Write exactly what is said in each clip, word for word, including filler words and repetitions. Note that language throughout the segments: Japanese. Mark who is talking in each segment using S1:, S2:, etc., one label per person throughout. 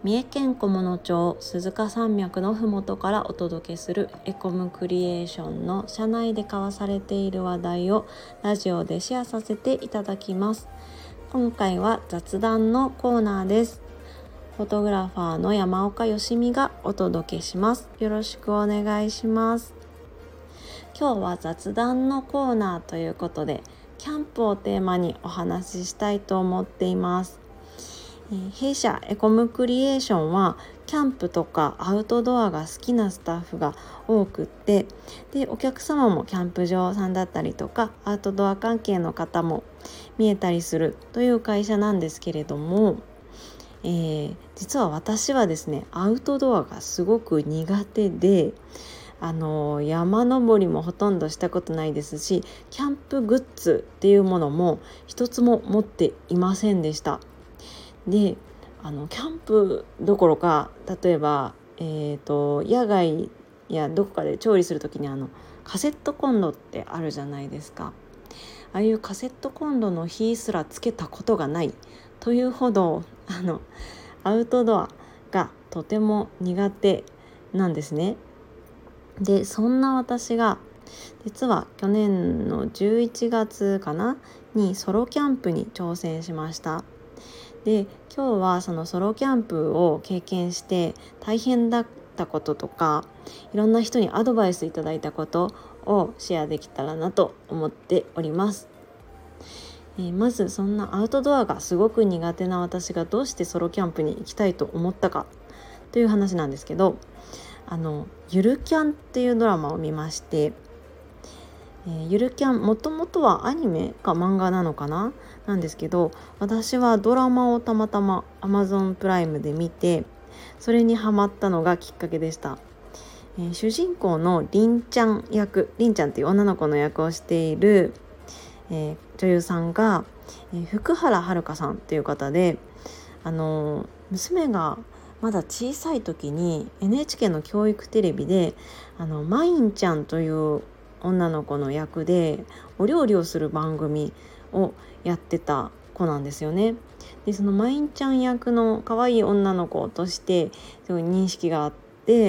S1: 三重県菰野町鈴鹿山脈のふもとからお届けするエコムクリエーションの社内で交わされている話題をラジオでシェアさせていただきます。今回は雑談のコーナーです。フォトグラファーの山岡よしみがお届けします。よろしくお願いします。今日は雑談のコーナーということで、キャンプをテーマにお話ししたいと思っています。弊社エコムクリエーションはキャンプとかアウトドアが好きなスタッフが多くって、でお客様もキャンプ場さんだったりとかアウトドア関係の方も見えたりするという会社なんですけれども、えー、実は私はですねアウトドアがすごく苦手で、あの山登りもほとんどしたことないですし、キャンプグッズっていうものも一つも持っていませんでした。であのキャンプどころか、例えば、えーと、野外やどこかで調理するときにあのカセットコンロってあるじゃないですか。ああいうカセットコンロの火すらつけたことがないというほどあのアウトドアがとても苦手なんですね。でそんな私が実は去年のじゅういちがつかなにソロキャンプに挑戦しました。で今日はそのソロキャンプを経験して大変だったこととか、いろんな人にアドバイスいただいたことをシェアできたらなと思っております。えー、まずそんなアウトドアがすごく苦手な私がどうしてソロキャンプに行きたいと思ったかという話なんですけど、あのゆるキャンっていうドラマを見まして、えー、ゆるキャンもともとはアニメか漫画なのかななんですけど、私はドラマをたまたま Amazon プライムで見て、それにハマったのがきっかけでした。えー、主人公のりんちゃん役りんちゃんっていう女の子の役をしている、えー、女優さんが、えー、福原遥さんっていう方で、あのー、娘がまだ小さい時に エヌエイチケー の教育テレビであのまいんちゃんという女の子の役でお料理をする番組をやってた子なんですよね。でそのまいんちゃん役の可愛い女の子としてすごい認識があって、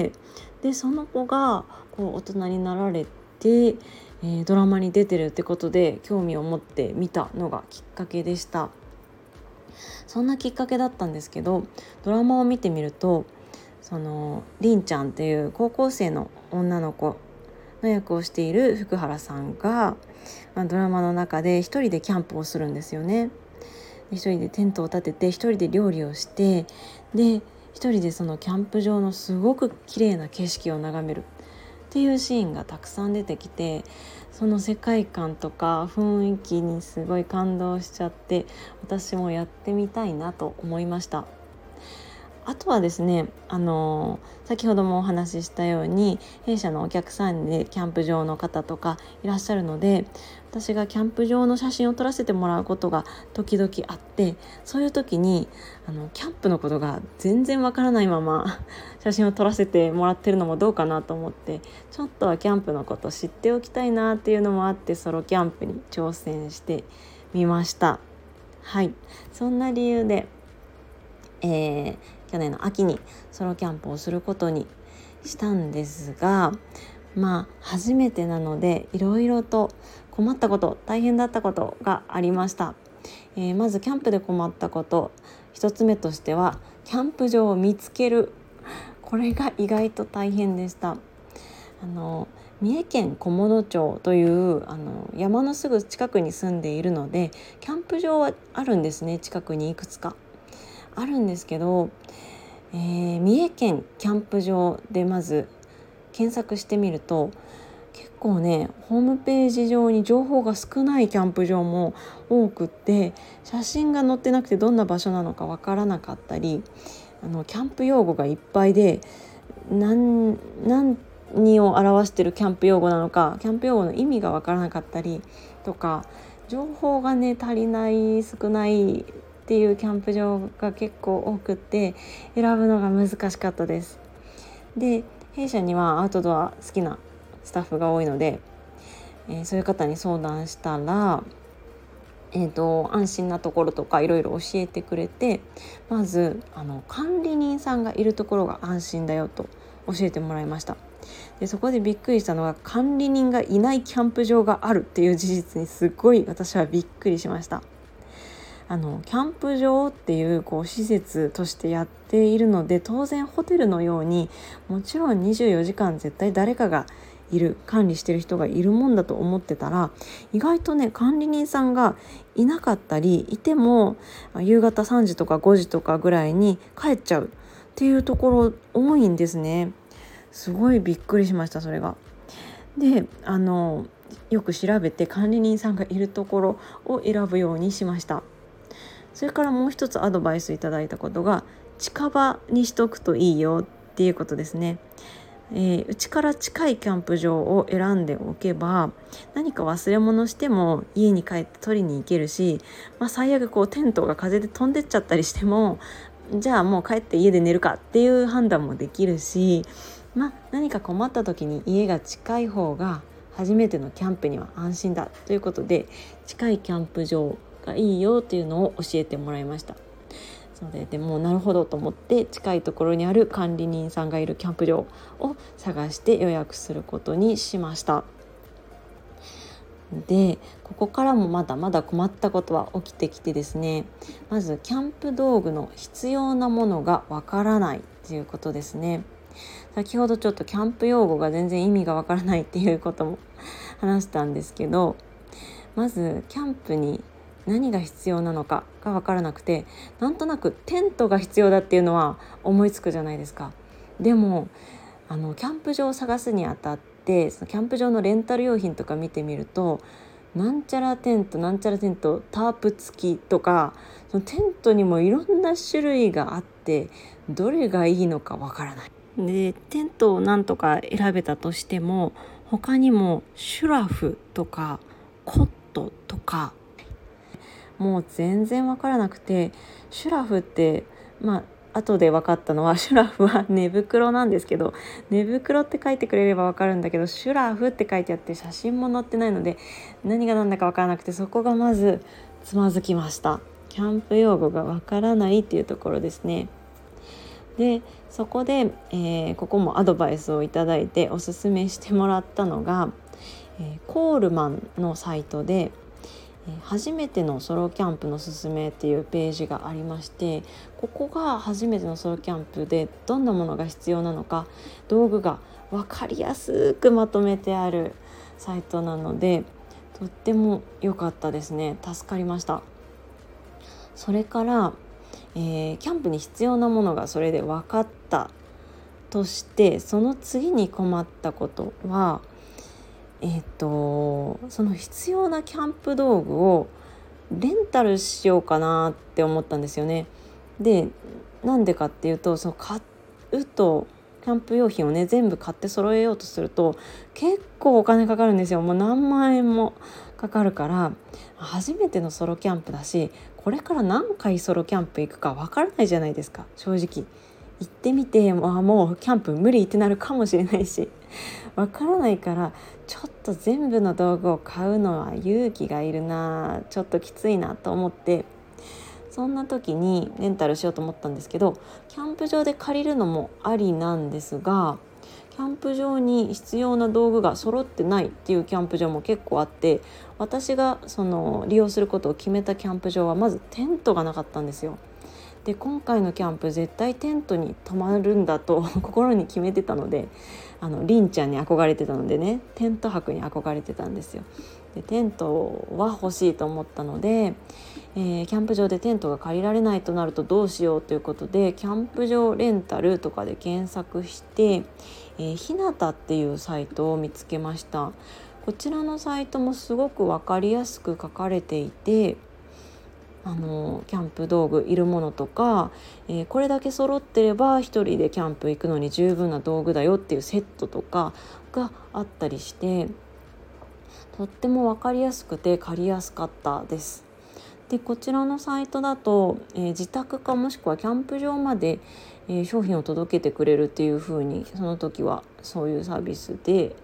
S1: でその子がこう大人になられて、えー、ドラマに出てるってことで興味を持って見たのがきっかけでした。そんなきっかけだったんですけど、ドラマを見てみると、そのりんちゃんっていう高校生の女の子の役をしている福原さんが、まあ、ドラマの中で一人でキャンプをするんですよね。で一人でテントを立てて一人で料理をして、で一人でそのキャンプ場のすごく綺麗な景色を眺めるっていうシーンがたくさん出てきて、その世界観とか雰囲気にすごい感動しちゃって、私もやってみたいなと思いました。あとはですね、あのー、先ほどもお話ししたように弊社のお客さんでキャンプ場の方とかいらっしゃるので、私がキャンプ場の写真を撮らせてもらうことが時々あって、そういう時にあのキャンプのことが全然わからないまま写真を撮らせてもらってるのもどうかなと思って、ちょっとはキャンプのこと知っておきたいなっていうのもあって、ソロキャンプに挑戦してみました。はい、そんな理由でえー、去年の秋にソロキャンプをすることにしたんですが、まあ初めてなのでいろいろと困ったこと、大変だったことがありました。えー、まずキャンプで困ったこと一つ目としては、キャンプ場を見つける、これが意外と大変でした。あの三重県菰野町というあの山のすぐ近くに住んでいるので、キャンプ場はあるんですね。近くにいくつかあるんですけど、えー、三重県キャンプ場でまず検索してみると、結構ねホームページ上に情報が少ないキャンプ場も多くって、写真が載ってなくてどんな場所なのかわからなかったり、あのキャンプ用語がいっぱいで何何を表しているキャンプ用語なのか、キャンプ用語の意味がわからなかったりとか、情報がね足りない少ないっていうキャンプ場が結構多くって選ぶのが難しかったです。で弊社にはアウトドア好きなスタッフが多いので、えー、そういう方に相談したら、 えーと、安心なところとかいろいろ教えてくれて、まずあの管理人さんがいるところが安心だよと教えてもらいました。でそこでびっくりしたのが、管理人がいないキャンプ場があるっていう事実にすごい私はびっくりしました。あのキャンプ場っていう、こう施設としてやっているので、当然ホテルのようにもちろんにじゅうよじかん絶対誰かがいる、管理してる人がいるもんだと思ってたら、意外とね管理人さんがいなかったり、いても夕方さんじとかごじとかぐらいに帰っちゃうっていうところ多いんですね。すごいびっくりしました、それが。であのよく調べて管理人さんがいるところを選ぶようにしました。それからもう一つアドバイスいただいたことが、近場にしとくといいよっていうことですね。えー、家から近いキャンプ場を選んでおけば、何か忘れ物しても家に帰って取りに行けるし、まあ、最悪こうテントが風で飛んでっちゃったりしても、じゃあもう帰って家で寝るかっていう判断もできるし、まあ、何か困った時に家が近い方が初めてのキャンプには安心だということで、近いキャンプ場がいいよっていうのを教えてもらいました。それでもうなるほどと思って、近いところにある管理人さんがいるキャンプ場を探して予約することにしました。でここからもまだまだ困ったことは起きてきてですね、まずキャンプ道具の必要なものがわからないっていうことですね。先ほどちょっとキャンプ用語が全然意味がわからないっていうことも話したんですけど、まずキャンプに何が必要なのかが分からなくて、なんとなくテントが必要だっていうのは思いつくじゃないですか。でもあのキャンプ場を探すにあたって、そのキャンプ場のレンタル用品とか見てみると、なんちゃらテントなんちゃらテントタープ付きとか、そのテントにもいろんな種類があって、どれがいいのか分からない。でテントをなんとか選べたとしても、他にもシュラフとかコットとかもう全然分からなくて、シュラフってまあ後で分かったのは、シュラフは寝袋なんですけど、寝袋って書いてくれれば分かるんだけど、シュラフって書いてあって写真も載ってないので、何が何だか分からなくて、そこがまずつまずきました。キャンプ用語が分からないっていうところですね。でそこで、えー、ここもアドバイスをいただいておすすめしてもらったのが、えー、コールマンのサイトで、えー、初めてのソロキャンプのすすめっていうページがありまして、ここが初めてのソロキャンプでどんなものが必要なのか、道具が分かりやすくまとめてあるサイトなので、とっても良かったですね。助かりました。それからえー、キャンプに必要なものがそれで分かったとして、その次に困ったことは、えーと、その必要なキャンプ道具をレンタルしようかなって思ったんですよね。でなんでかっていうと、その買うとキャンプ用品をね全部買って揃えようとすると結構お金かかるんですよ。もう何万円もかかるから、初めてのソロキャンプだし、これから何回ソロキャンプ行くかわからないじゃないですか。正直行ってみて、まあ、もうキャンプ無理ってなるかもしれないし、わからないから、ちょっと全部の道具を買うのは勇気がいるな、ちょっときついなと思って、そんな時にレンタルしようと思ったんですけど、キャンプ場で借りるのもありなんですが、キャンプ場に必要な道具が揃ってないっていうキャンプ場も結構あって、私がその利用することを決めたキャンプ場はまずテントがなかったんですよ。で今回のキャンプ絶対テントに泊まるんだと心に決めてたので、あのりんちゃんに憧れてたのでね、テント泊に憧れてたんですよ。でテントは欲しいと思ったので、えー、キャンプ場でテントが借りられないとなるとどうしようということで、キャンプ場レンタルとかで検索して、えー、ひなたっていうサイトを見つけました。こちらのサイトもすごく分かりやすく書かれていて、あのキャンプ道具いるものとか、えー、これだけ揃ってれば一人でキャンプ行くのに十分な道具だよっていうセットとかがあったりして、とっても分かりやすくて借りやすかったです。でこちらのサイトだと、えー、自宅かもしくはキャンプ場まで、えー、商品を届けてくれるっていう風に、その時はそういうサービスで、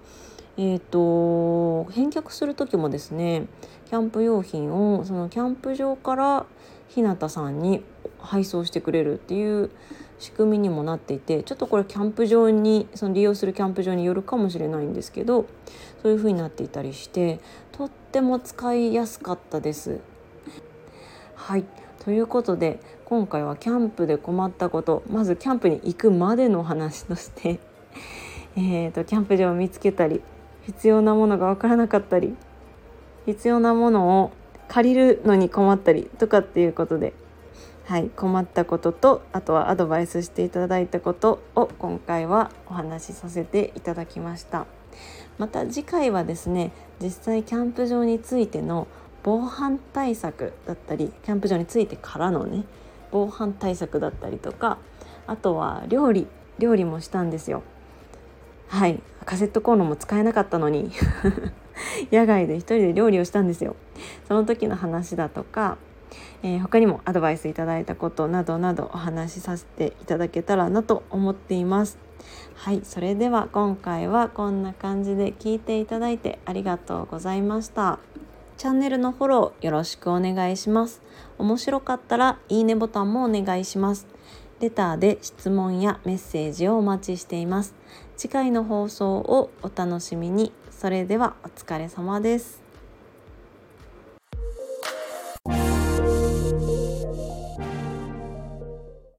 S1: えーと返却する時もですね、キャンプ用品をそのキャンプ場から日向さんに配送してくれるっていう仕組みにもなっていて、ちょっとこれキャンプ場にその利用するキャンプ場によるかもしれないんですけど、そういう風になっていたりして、とっても使いやすかったです。はい、ということで今回はキャンプで困ったこと、まずキャンプに行くまでの話としてえーとキャンプ場を見つけたり、必要なものが分からなかったり、必要なものを借りるのに困ったりとかっていうことで、はい、困ったことと、あとはアドバイスしていただいたことを今回はお話しさせていただきました。また次回はですね、実際キャンプ場についての防犯対策だったり、キャンプ場についてからのね防犯対策だったりとか、あとは料理料理もしたんですよ。はい、カセットコンロも使えなかったのに野外で一人で料理をしたんですよ。その時の話だとか、えー、他にもアドバイスいただいたことなどなどお話しさせていただけたらなと思っています。はい、それでは今回はこんな感じで聞いていただいてありがとうございました。チャンネルのフォローよろしくお願いします。面白かったらいいねボタンもお願いします。レターで質問やメッセージをお待ちしています。次回の放送をお楽しみに。それではお疲れ様です。